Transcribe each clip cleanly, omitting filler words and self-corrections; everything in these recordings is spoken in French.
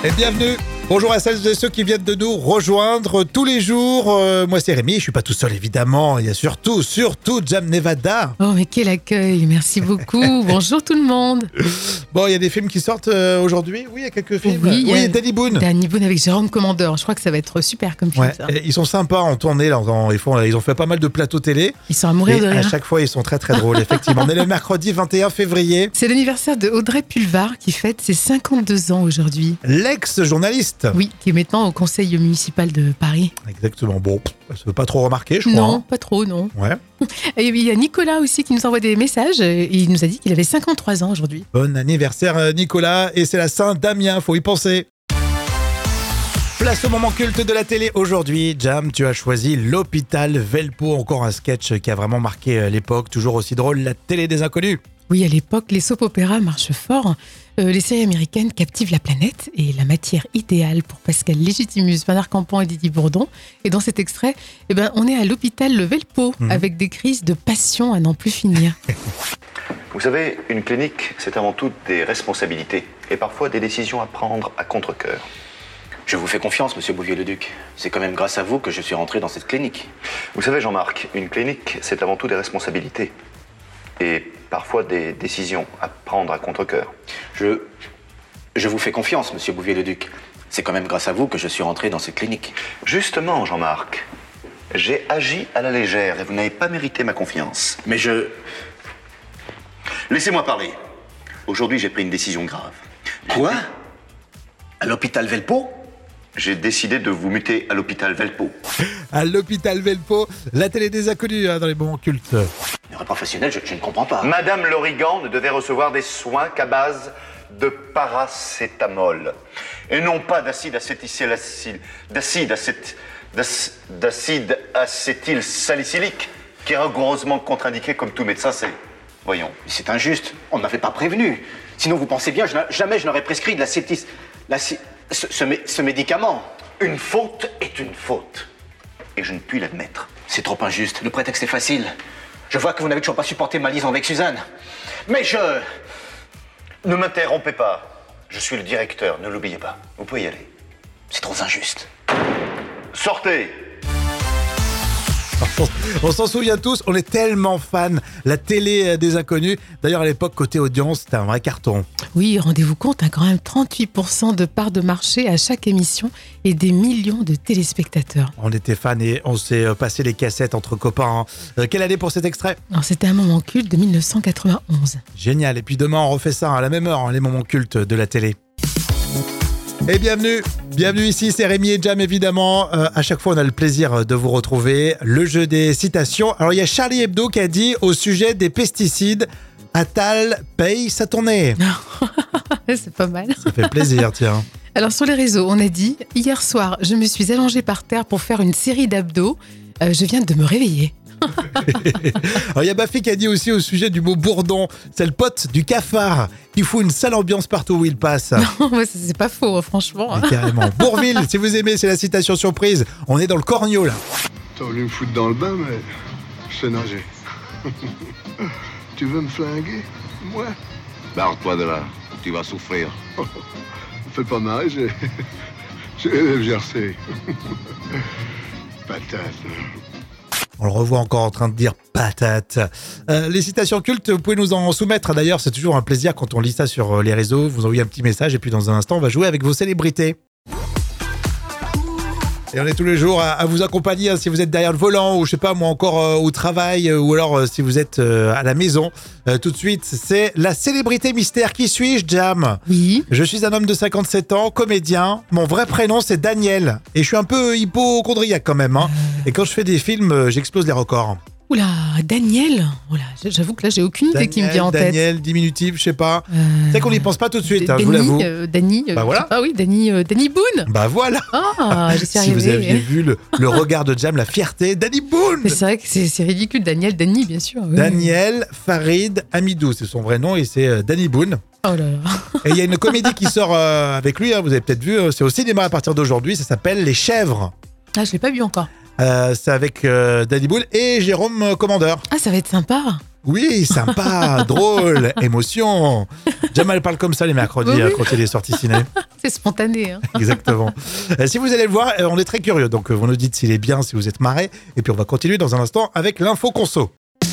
Et bienvenue. Bonjour à celles et ceux qui viennent de nous rejoindre tous les jours. Moi c'est Rémi, je suis pas tout seul évidemment. Il y a surtout Jam Nevada. Oh mais quel accueil, merci beaucoup. Bonjour tout le monde. Bon, il y a des films qui sortent aujourd'hui. Oui, il y a quelques films. Oui, Danny Boone. Danny Boone avec Jérôme Commandeur. Je crois que ça va être super comme film. Ouais. Ça. Ils sont sympas en tournée. Là, ils ont fait pas mal de plateaux télé. Ils sont à mourir de À rire. chaque fois, ils sont très très drôles. Effectivement, on est le mercredi 21 février. C'est l'anniversaire de Audrey Pulvar qui fête ses 52 ans aujourd'hui. L'ex-journaliste. Oui, qui est maintenant au conseil municipal de Paris. Exactement. Bon, ça se veut pas trop remarquer, je crois. Non, hein. pas trop, non. Ouais. Et il y a Nicolas aussi qui nous envoie des messages et il nous a dit qu'il avait 53 ans aujourd'hui. Bon anniversaire Nicolas, et c'est la Saint-Damien, faut y penser. Place au moment culte de la télé aujourd'hui. Jam, tu as choisi l'hôpital Velpo, encore un sketch qui a vraiment marqué l'époque, toujours aussi drôle, la télé des inconnus. Oui, à l'époque, les soap-opéras marchent fort. Les séries américaines captivent la planète et la matière idéale pour Pascal Légitimus, Bernard Campan et Didier Bourdon. Et dans cet extrait, on est à l'hôpital Le Velpo avec des crises de passion à n'en plus finir. Vous savez, une clinique, c'est avant tout des responsabilités et parfois des décisions à prendre à contre-cœur. Je vous fais confiance, monsieur Bouvier-le-Duc. C'est quand même grâce à vous que je suis rentré dans cette clinique. Vous savez, Jean-Marc, une clinique, c'est avant tout des responsabilités et parfois des décisions à prendre à contre-cœur. Je vous fais confiance, monsieur Bouvier-le-Duc. C'est quand même grâce à vous que je suis rentré dans cette clinique. Justement, Jean-Marc, j'ai agi à la légère et vous n'avez pas mérité ma confiance. Mais Laissez-moi parler. Aujourd'hui, j'ai pris une décision grave. Quoi? À l'hôpital Velpo? J'ai décidé de vous muter à l'hôpital Velpo. À l'hôpital Velpo, la télé des inconnus dans les moments cultes. Un professionnel, je ne comprends pas. Madame Lorigan ne devait recevoir des soins qu'à base de paracétamol et non pas d'acide acétylsalicylique qui est rigoureusement contre-indiqué comme tout médecin sait. Voyons. Mais c'est injuste. On ne m'avait pas prévenu. Sinon, vous pensez bien, jamais je n'aurais prescrit de ce médicament. Une faute est une faute. Et je ne puis l'admettre. C'est trop injuste. Le prétexte est facile. Je vois que vous n'avez toujours pas supporté ma liaison avec Suzanne. Mais Ne m'interrompez pas. Je suis le directeur, ne l'oubliez pas. Vous pouvez y aller. C'est trop injuste. Sortez! On s'en souvient tous, on est tellement fans. La télé des inconnus. D'ailleurs, à l'époque, côté audience, c'était un vrai carton. Oui, rendez-vous compte, quand même 38% de part de marché à chaque émission et des millions de téléspectateurs. On était fans et on s'est passé les cassettes entre copains. Quelle année pour cet extrait? Alors, c'était un moment culte de 1991. Génial. Et puis demain, on refait ça à la même heure, les moments cultes de la télé. Et bienvenue ici, c'est Rémi et Jam évidemment. À chaque fois, on a le plaisir de vous retrouver. Le jeu des citations. Alors, il y a Charlie Hebdo qui a dit au sujet des pesticides, Attal paye sa tournée. C'est pas mal. Ça fait plaisir, tiens. Alors, sur les réseaux, on a dit « Hier soir, je me suis allongée par terre pour faire une série d'abdos. Je viens de me réveiller. » Alors, il y a Baffy qui a dit aussi au sujet du mot bourdon, c'est le pote du cafard qui fout une sale ambiance partout où il passe. Non, mais c'est pas faux, franchement. Mais carrément. Bourville, si vous aimez, c'est la citation surprise. On est dans le cornio, là. T'as voulu me foutre dans le bain, mais je sais nager. Tu veux me flinguer? Moi? Barre-toi de là, tu vas souffrir. Fais pas mal, j'ai le Jersey. Patate. On le revoit encore en train de dire patate. Les citations cultes, vous pouvez nous en soumettre. D'ailleurs, c'est toujours un plaisir quand on lit ça sur les réseaux. Vous envoyez un petit message et puis dans un instant, on va jouer avec vos célébrités. Et on est tous les jours à vous accompagner si vous êtes derrière le volant ou je sais pas moi encore au travail ou alors si vous êtes à la maison. Tout de suite, c'est la célébrité mystère. Qui suis-je, Jam? Oui. Je suis un homme de 57 ans, comédien. Mon vrai prénom, c'est Daniel. Et je suis un peu hypochondriaque quand même. Hein. Et quand je fais des films, j'explose les records. Oula, Daniel. Oula, j'avoue que là, j'ai aucune idée qui me vient en tête. Daniel, diminutif, je sais pas. C'est vrai qu'on n'y pense pas tout de suite, je vous Danny, l'avoue. Danny. Bah voilà. Ah oui, Danny Boone. Bah voilà. Ah, je suis Si arrivée. vous aviez vu le regard de Jam, la fierté, Danny Boone. Mais c'est vrai que c'est ridicule. Danny, bien sûr. Oui. Daniel Farid Amidou, c'est son vrai nom et c'est Danny Boone. Oh là là. Et il y a une comédie qui sort avec lui, hein, vous avez peut-être vu, c'est au cinéma à partir d'aujourd'hui, ça s'appelle Les Chèvres. Ah, je l'ai pas vu encore. C'est avec Danny Boone et Jérôme Commandeur. Ah, ça va être sympa. Oui, sympa, drôle, émotion. Jamal parle comme ça les mercredis Oui. quand il est sorti ciné. C'est spontané. Hein. Exactement. Si vous allez le voir, on est très curieux. Donc vous nous dites s'il est bien, si vous êtes marré. Et puis on va continuer dans un instant avec l'info conso.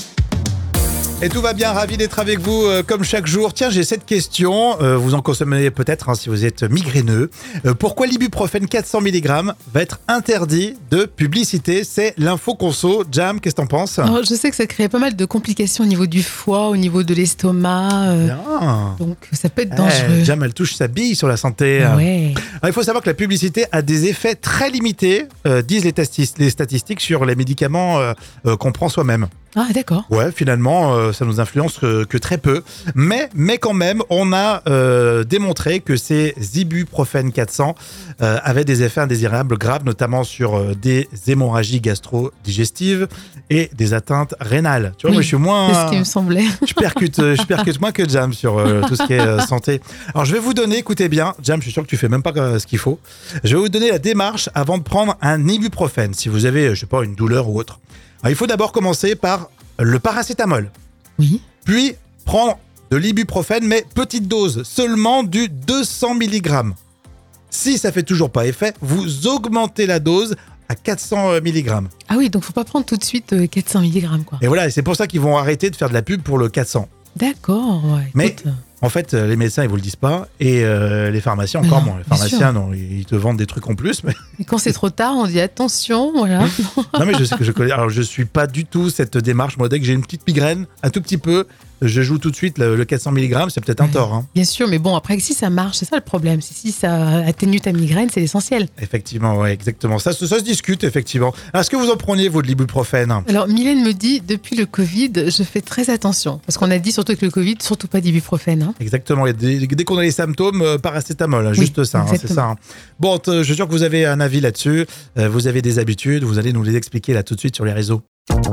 Et tout va bien, ravi d'être avec vous comme chaque jour. Tiens, j'ai cette question, vous en consommez peut-être si vous êtes migraineux. Pourquoi l'ibuprofène 400 mg va être interdit de publicité? C'est l'info conso. Jam, qu'est-ce que t'en penses? Alors, je sais que ça crée pas mal de complications au niveau du foie, au niveau de l'estomac. Bien. Donc ça peut être dangereux. Jam, elle touche sa bille sur la santé. Ouais. Alors, il faut savoir que la publicité a des effets très limités, disent les statistiques sur les médicaments qu'on prend soi-même. Ah d'accord. Ouais, finalement, ça nous influence que très peu. Mais quand même, on a démontré que ces ibuprofène 400 avaient des effets indésirables graves, notamment sur des hémorragies gastro-digestives et des atteintes rénales. Tu vois, Oui, moi, je suis moins... C'est ce qui me semblait. Je percute moins que Jam sur tout ce qui est santé. Alors, je vais vous donner, écoutez bien, Jam, je suis sûr que tu fais même pas ce qu'il faut. Je vais vous donner la démarche avant de prendre un ibuprofène, si vous avez, je sais pas, une douleur ou autre. Alors, il faut d'abord commencer par le paracétamol. Oui. Puis, prendre de l'ibuprofène, mais petite dose, seulement du 200 mg. Si ça fait toujours pas effet, vous augmentez la dose à 400 mg. Ah oui, donc faut pas prendre tout de suite 400 mg quoi. Et voilà, et c'est pour ça qu'ils vont arrêter de faire de la pub pour le 400. D'accord. Ouais, Mais écoute, en fait, les médecins, ils vous le disent pas, et les pharmaciens encore Non, moins. Les bien pharmaciens, non, ils te vendent des trucs en plus, mais et quand c'est trop tard, on dit attention, voilà. non, mais je sais que je connais. Alors, je suis pas du tout cette démarche. Moi, dès que j'ai une petite migraine, un tout petit peu, je joue tout de suite le 400 mg. C'est peut-être un Ouais. tort, hein. Bien sûr, mais bon, après, si ça marche, c'est ça le problème. Si ça atténue ta migraine, c'est l'essentiel. Effectivement, ouais, exactement. Ça se discute, effectivement. Est-ce que vous en preniez, vous, de l'ibuprofène? Alors, Mylène me dit, depuis le Covid, je fais très attention. Parce qu'on a dit surtout avec le Covid, surtout pas d'ibuprofène. Hein. Exactement. Et dès qu'on a les symptômes, paracétamol, hein, Oui, juste ça, hein, c'est exactement. ça. Hein. Bon, je suis sûr que vous avez un avis là-dessus. Vous avez des habitudes. Vous allez nous les expliquer là tout de suite sur les réseaux.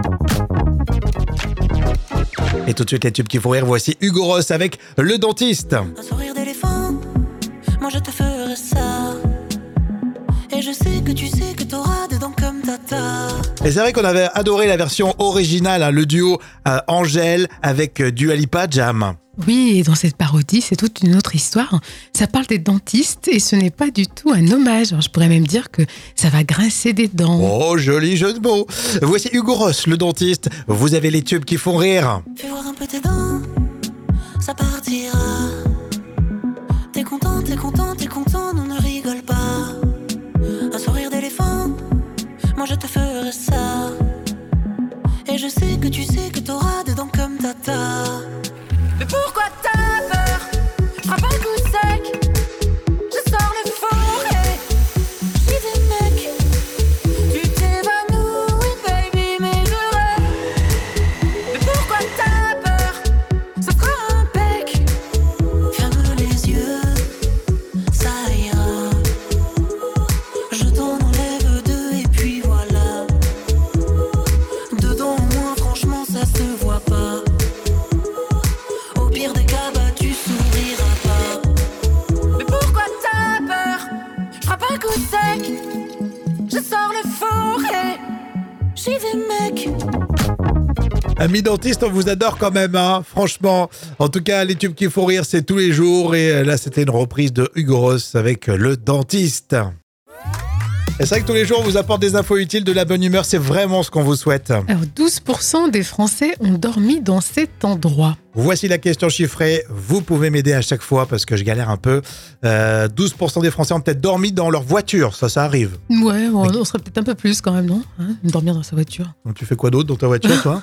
Et tout de suite, les tubes qui font rire. Voici Hugo Ross avec Le Dentiste. Un sourire d'éléphant, moi je te ferai ça. Et je sais que t'auras des dents comme Tata. Et c'est vrai qu'on avait adoré la version originale, hein, le duo Angèle avec Dua Lipa, Jam. Oui, et dans cette parodie, c'est toute une autre histoire. Ça parle des dentistes et ce n'est pas du tout un hommage. Alors, je pourrais même dire que ça va grincer des dents. Oh, joli jeu de mots. Voici Hugo Ross, le dentiste. Vous avez les tubes qui font rire. Fais voir un peu tes dents, ça partira. T'es content, non ne rigole pas. Un sourire d'éléphant, moi je te ferai ça. Et je sais que t'auras des dents comme Tata. Mais pourquoi t'as peur? Je frappe un coup sec, je sors le fourré. J'y vais mec, tu t'évanouis baby mais je rêve. Mais pourquoi t'as peur? Ce sera impec. Ferme les yeux, ça ira. Je t'en enlève deux et puis voilà. Dedans au moins franchement ça se voit pas. Au pire des cas, bah tu souriras pas. Mais pourquoi t'as peur? Je frappe un coup sec, je sors le fourré. J'y vais mec. Amis dentistes, on vous adore quand même, hein, franchement. En tout cas, les tubes qui font rire, c'est tous les jours. Et là, c'était une reprise de Hugo Ross avec Le Dentiste. Et c'est vrai que tous les jours, on vous apporte des infos utiles, de la bonne humeur. C'est vraiment ce qu'on vous souhaite. Alors, 12% des Français ont dormi dans cet endroit. Voici la question chiffrée. Vous pouvez m'aider à chaque fois parce que je galère un peu. 12% des Français ont peut-être dormi dans leur voiture. Ça arrive. Ouais, bon, on serait peut-être un peu plus quand même, non? Dormir dans sa voiture. Donc, tu fais quoi d'autre dans ta voiture, toi?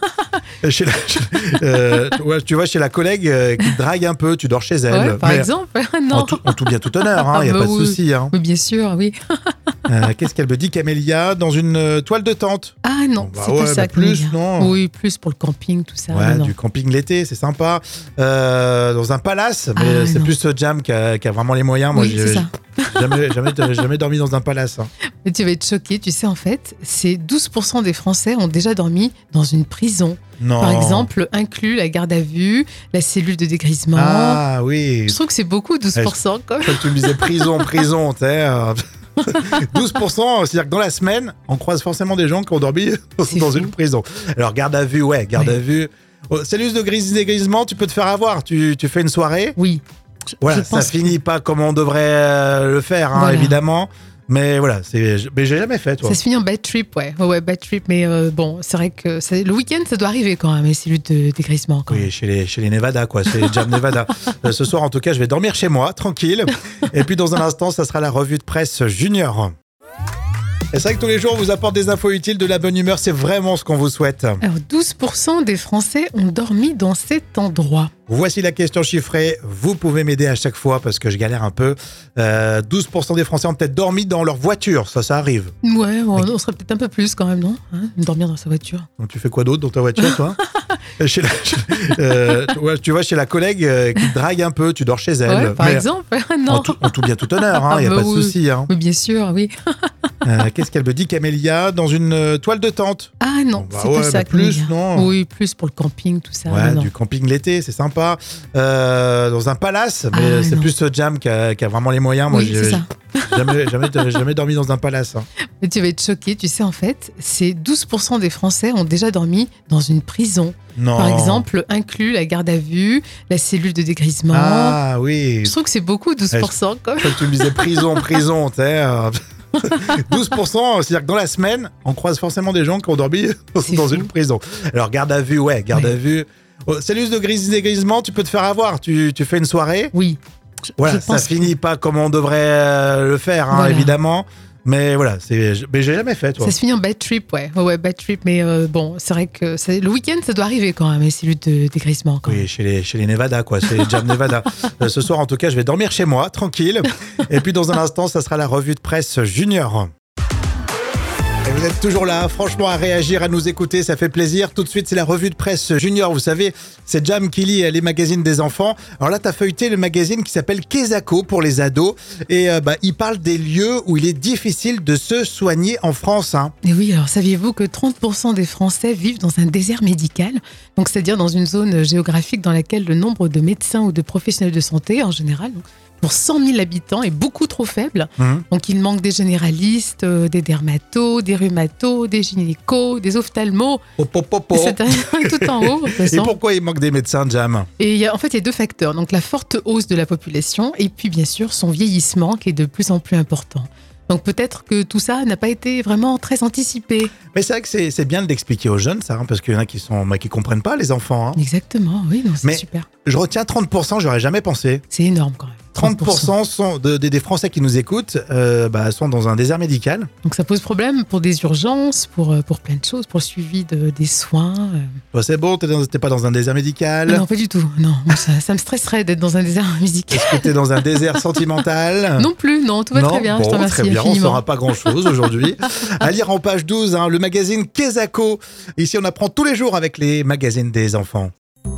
Tu vois, chez la collègue qui te drague un peu, tu dors chez elle. Ouais, par Mais exemple. Non. en tout bien, tout honneur, il n'y a Bah pas de oui. souci. Hein. Oui, bien sûr, oui. Qu'est-ce qu'elle me dit, Camélia? Dans une toile de tente. Ah non, Bon, bah c'est ouais, pas ça. bah plus, Camélia. non. Oui, plus pour le camping, tout ça. Ouais, non. du camping l'été, c'est sympa. Dans un palace, mais Ah, c'est non. plus Jam qui a vraiment les moyens. Moi, Oui, c'est ça. jamais dormi dans un palace. Hein. Mais tu vas être choqué, tu sais, en fait, c'est 12% des Français ont déjà dormi dans une prison. Non. Par exemple, inclus la garde à vue, la cellule de dégrisement. Ah oui. Je trouve que c'est beaucoup, 12% quand même. Comme tu me disais, prison, tu sais. 12%, c'est-à-dire que dans la semaine, on croise forcément des gens qui ont dormi C'est dans fou. une prison. Alors, garde à vue, ouais, garde Ouais. à vue. Cellus de dégrisement, tu peux te faire avoir. Tu fais une soirée. Oui. Voilà, Je ça pense finit pas comme on devrait le faire, hein, Voilà. évidemment. Mais voilà, mais j'ai jamais fait, toi. Ça se finit en bad trip, ouais, bad trip. Mais bon, c'est vrai que le week-end, ça doit arriver quand même, les cellules de dégrisement. Quand même. Oui, chez les Nevada, quoi, chez les Jam Nevada. Ce soir, en tout cas, je vais dormir chez moi, tranquille. Et puis, dans un instant, ça sera la revue de presse junior. Et c'est vrai que tous les jours, on vous apporte des infos utiles, de la bonne humeur. C'est vraiment ce qu'on vous souhaite. Alors, 12% des Français ont dormi dans cet endroit. Voici la question chiffrée. Vous pouvez m'aider à chaque fois parce que je galère un peu. 12% des Français ont peut-être dormi dans leur voiture. Ça arrive. Ouais, bon, on serait peut-être un peu plus quand même, non, dormir dans sa voiture. Donc, tu fais quoi d'autre dans ta voiture, toi? Tu vois, chez la collègue qui te drague un peu, tu dors chez elle. Ouais, par Mais exemple. Non. en tout bien, tout honneur, il n'y a bah pas de oui. souci. Hein. Oui, bien sûr, oui. Qu'est-ce qu'elle me dit, Camélia? Dans une toile de tente. Ah non, Bon, bah c'est ouais, pas ça. mais plus, Camélia. non. Oui, plus pour le camping, tout ça. Ouais, non. du camping l'été, c'est sympa. Dans un palace, mais Ah, c'est non. plus Jam qui a vraiment les moyens. Moi, Oui, c'est ça. jamais dormi dans un palace. Hein. Mais tu vas être choqué, tu sais, en fait, c'est 12% des Français ont déjà dormi dans une prison. Non. Par exemple, inclus la garde à vue, la cellule de dégrisement. Ah oui. Je trouve que c'est beaucoup, 12%. Quand même. Quand tu me disais prison, tu sais. 12%, c'est-à-dire que dans la semaine, on croise forcément des gens qui ont dormi C'est dans fou. une prison. Alors, garde à vue, garde à vue. Cellus de dégrisement, tu peux te faire avoir. Tu fais une soirée. Oui. Voilà, Je ça pense finit pas comme on devrait le faire, hein, Voilà. évidemment. Mais voilà, mais j'ai jamais fait, toi. Ça se finit en bad trip, ouais, bad trip. Mais bon, c'est vrai que le week-end, ça doit arriver quand même, les cellules de dégrisement. Quand même. Oui, chez les Nevada, quoi, chez les Jam Nevada. Ce soir, en tout cas, je vais dormir chez moi, tranquille. Et puis, dans un instant, ça sera la revue de presse junior. Et vous êtes toujours là, franchement, à réagir, à nous écouter, ça fait plaisir. Tout de suite, c'est la revue de presse junior. Vous savez, c'est Jam qui lit les magazines des enfants. Alors là, tu as feuilleté le magazine qui s'appelle Kezako pour les ados. Et il parle des lieux où il est difficile de se soigner en France. Hein. Et oui, alors saviez-vous que 30% des Français vivent dans un désert médical, donc c'est-à-dire dans une zone géographique dans laquelle le nombre de médecins ou de professionnels de santé, en général, donc, pour 100 000 habitants, est beaucoup trop faible. Donc il manque des généralistes, des dermatos, des rhumatos, des gynécos, des ophtalmos. C'est tout en haut. de toute Et façon. pourquoi il manque des médecins, Jam? Et il y a deux facteurs. Donc la forte hausse de la population et puis bien sûr son vieillissement qui est de plus en plus important. Donc peut-être que tout ça n'a pas été vraiment très anticipé. Mais c'est vrai que c'est bien de l'expliquer aux jeunes, ça, hein, parce qu'il y en a qui comprennent pas, les enfants. Hein. Exactement, oui, non, c'est Mais super. je retiens 30%, j'aurais jamais pensé. C'est énorme quand même. 30% sont des Français qui nous écoutent sont dans un désert médical. Donc ça pose problème pour des urgences, pour plein de choses, pour le suivi des soins. Toi, c'est bon, t'es pas dans un désert médical. Non, pas du tout. Non, moi, ça me stresserait d'être dans un désert médical. Est-ce que t'es dans un désert sentimental? Non plus, non, tout va Non, très bien. bon, je te remercie très bien, on infiniment. saura pas grand-chose aujourd'hui. À lire en page 12, le magazine Kezako. Ici, on apprend tous les jours avec les magazines des enfants.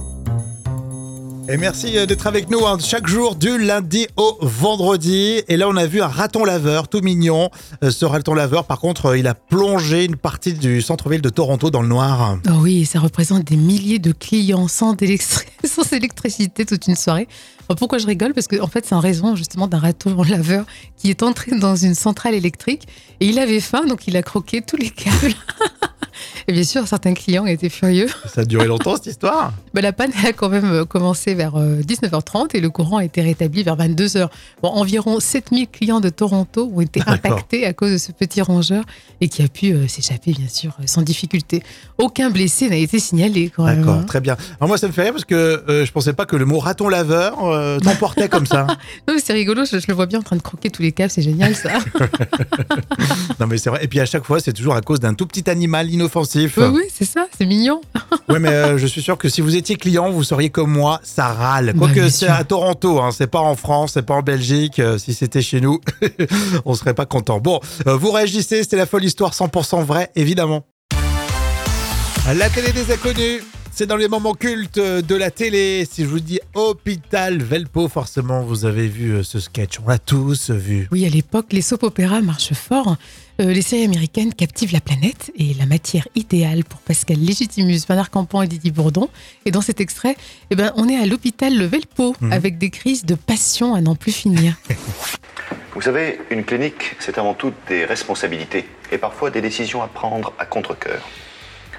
Et merci d'être avec nous chaque jour du lundi au vendredi. Et là, on a vu un raton laveur tout mignon. Ce raton laveur, par contre, il a plongé une partie du centre-ville de Toronto dans le noir. Oh oui, ça représente des milliers de clients sans électricité toute une soirée. Alors, pourquoi je rigole? Parce que en fait, c'est en raison justement d'un raton laveur qui est entré dans une centrale électrique et il avait faim, donc il a croqué tous les câbles. Et bien sûr, certains clients étaient furieux. Ça a duré longtemps, cette histoire? La panne a quand même commencé vers 19h30 et le courant a été rétabli vers 22h. Bon, environ 7000 clients de Toronto ont été impactés à cause de ce petit rongeur et qui a pu s'échapper, bien sûr, sans difficulté. Aucun blessé n'a été signalé. Quand même. D'accord, très bien. Alors moi, ça me fait rire parce que je pensais pas que le mot raton laveur t'emportait comme ça. Non, mais c'est rigolo, je le vois bien en train de croquer tous les câbles, c'est génial ça. Non, mais c'est vrai. Et puis à chaque fois, c'est toujours à cause d'un tout petit animal inoffensif. Oui, c'est ça, c'est mignon. Ouais, mais je suis sûr que si vous étiez client, vous seriez comme moi, ça râle. Quoique bien c'est sûr. à Toronto, hein, c'est pas en France, c'est pas en Belgique. Si c'était chez nous, on serait pas content. Bon, vous réagissez, c'était la folle histoire 100% vraie, évidemment. La télé des inconnus. C'est dans les moments cultes de la télé. Si je vous dis Hôpital Velpo, forcément, vous avez vu ce sketch. On l'a tous vu. Oui, à l'époque, les soap-opéras marchent fort. Les séries américaines captivent la planète et la matière idéale pour Pascal Légitimus, Bernard Campan et Didier Bourdon. Et dans cet extrait, on est à l'hôpital Le Velpo avec des crises de passion à n'en plus finir. Vous savez, une clinique, c'est avant tout des responsabilités et parfois des décisions à prendre à contre-cœur.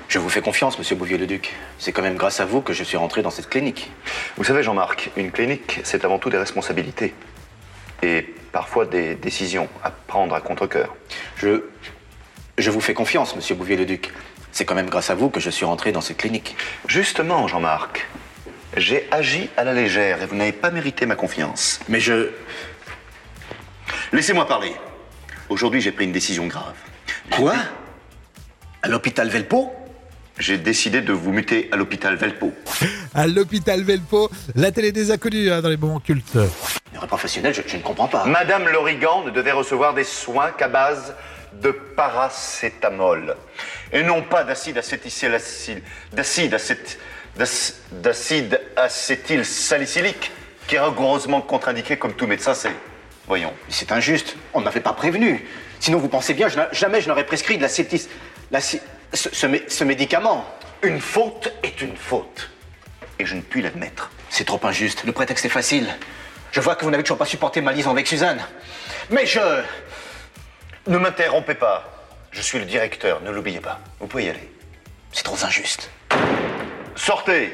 Je vous fais confiance, monsieur Bouvier-le-Duc. C'est quand même grâce à vous que je suis rentré dans cette clinique. Vous savez, Jean-Marc, une clinique, c'est avant tout des responsabilités. Et parfois des décisions à prendre à contre-cœur. Je vous fais confiance, monsieur Bouvier-le-Duc. C'est quand même grâce à vous que je suis rentré dans cette clinique. Justement, Jean-Marc, j'ai agi à la légère et vous n'avez pas mérité ma confiance. Mais Laissez-moi parler. Aujourd'hui, j'ai pris une décision grave. Quoi? À l'hôpital Velpeau? J'ai décidé de vous muter à l'hôpital Velpeau. À l'hôpital Velpeau, la télé des inconnus dans les moments cultes. Un professionnel, je ne comprends pas. Madame Lorigan ne devait recevoir des soins qu'à base de paracétamol. Et non pas d'acide acétylsalicylique, qui est rigoureusement contre-indiqué comme tout médecin sait. Voyons. C'est injuste. On ne m'avait pas prévenu. Sinon, vous pensez bien, jamais je n'aurais prescrit de ce médicament. Une faute est une faute. Et je ne puis l'admettre. C'est trop injuste. Le prétexte est facile. Je vois que vous n'avez toujours pas supporté ma liaison avec Suzanne. Mais Ne m'interrompez pas. Je suis le directeur, ne l'oubliez pas. Vous pouvez y aller. c'est trop injuste. Sortez!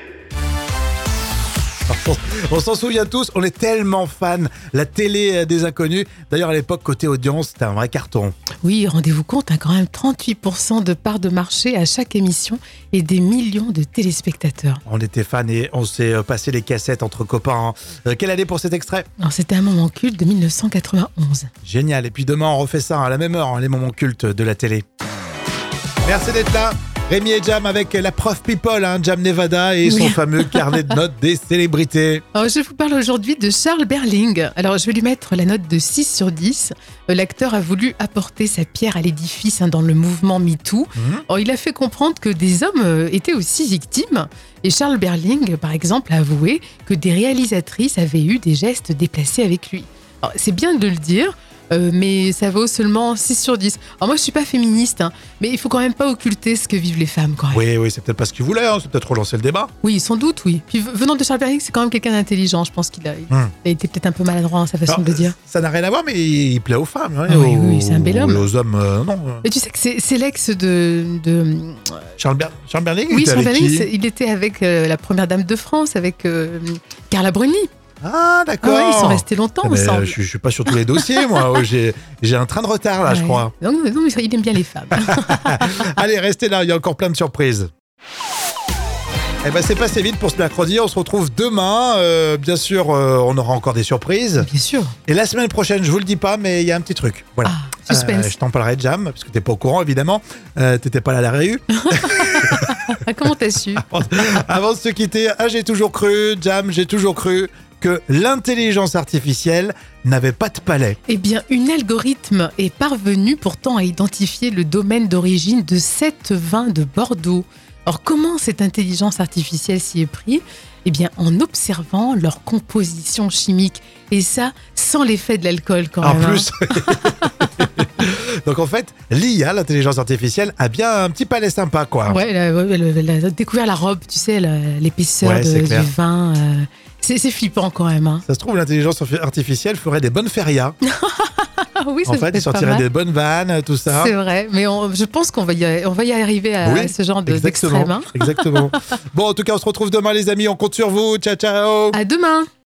On s'en souvient tous, on est tellement fans. La télé des inconnus. D'ailleurs, à l'époque, côté audience, c'était un vrai carton. Oui, rendez-vous compte, quand même 38% de part de marché à chaque émission et des millions de téléspectateurs. On était fans et on s'est passé les cassettes entre copains. Quelle année pour cet extrait? Alors, c'était un moment culte de 1991. Génial. Et puis demain, on refait ça à la même heure, les moments cultes de la télé. Merci d'être là. Rémi et Jam avec la prof People, Jam Nevada et son fameux carnet de notes des célébrités. Alors, je vous parle aujourd'hui de Charles Berling. Alors, je vais lui mettre la note de 6 sur 10. L'acteur a voulu apporter sa pierre à l'édifice dans le mouvement MeToo. Alors, il a fait comprendre que des hommes étaient aussi victimes. Et Charles Berling, par exemple, a avoué que des réalisatrices avaient eu des gestes déplacés avec lui. Alors, c'est bien de le dire, mais ça vaut seulement 6 sur 10. Alors moi, je suis pas féministe, mais il faut quand même pas occulter ce que vivent les femmes, quand même. Oui, c'est peut-être pas ce qu'il voulait, c'est peut-être relancer le débat. Oui, sans doute, oui. Puis venant de Charles Berling, c'est quand même quelqu'un d'intelligent. Je pense qu'il a été peut-être un peu maladroit dans sa façon de le dire. Ça n'a rien à voir, mais il plaît aux femmes. Oui, c'est un bel homme. Aux hommes, non. Et tu sais que c'est l'ex de Charles Berling. Oui, Charles Berling, il était avec la première dame de France, avec Carla Bruni. Ah, d'accord. Ils sont restés longtemps ensemble. Je suis pas sur tous les dossiers, moi. J'ai un train de retard, là, je crois. Non, mais il aime bien les femmes. Allez, restez là, il y a encore plein de surprises. Eh ben, c'est passé vite pour ce mercredi. On se retrouve demain. Bien sûr, on aura encore des surprises. Bien sûr. Et la semaine prochaine, je vous le dis pas, mais il y a un petit truc. Voilà. Suspense. Je t'en parlerai de Jam, parce que t'es pas au courant, évidemment. T'étais pas là à la réu. Comment t'as su? Avant de se quitter, j'ai toujours cru, Jam, j'ai toujours cru que l'intelligence artificielle n'avait pas de palais. Eh bien, un algorithme est parvenu pourtant à identifier le domaine d'origine de 7 vins de Bordeaux. Alors, comment cette intelligence artificielle s'y est prise? Eh bien, en observant leur composition chimique. Et ça, sans l'effet de l'alcool, quand même. En plus. Donc, en fait, l'IA, l'intelligence artificielle, a bien un petit palais sympa, quoi. Ouais, elle a découvert la robe, tu sais, l'épaisseur du vin. C'est flippant, quand même. Ça se trouve, l'intelligence artificielle ferait des bonnes férias. Oui, ça en fait, il sortirait des bonnes vannes, tout ça. C'est vrai, mais je pense qu'on va y arriver à ce genre d'extrême. Exactement. Bon, en tout cas, on se retrouve demain, les amis. On compte sur vous. Ciao, ciao. À demain.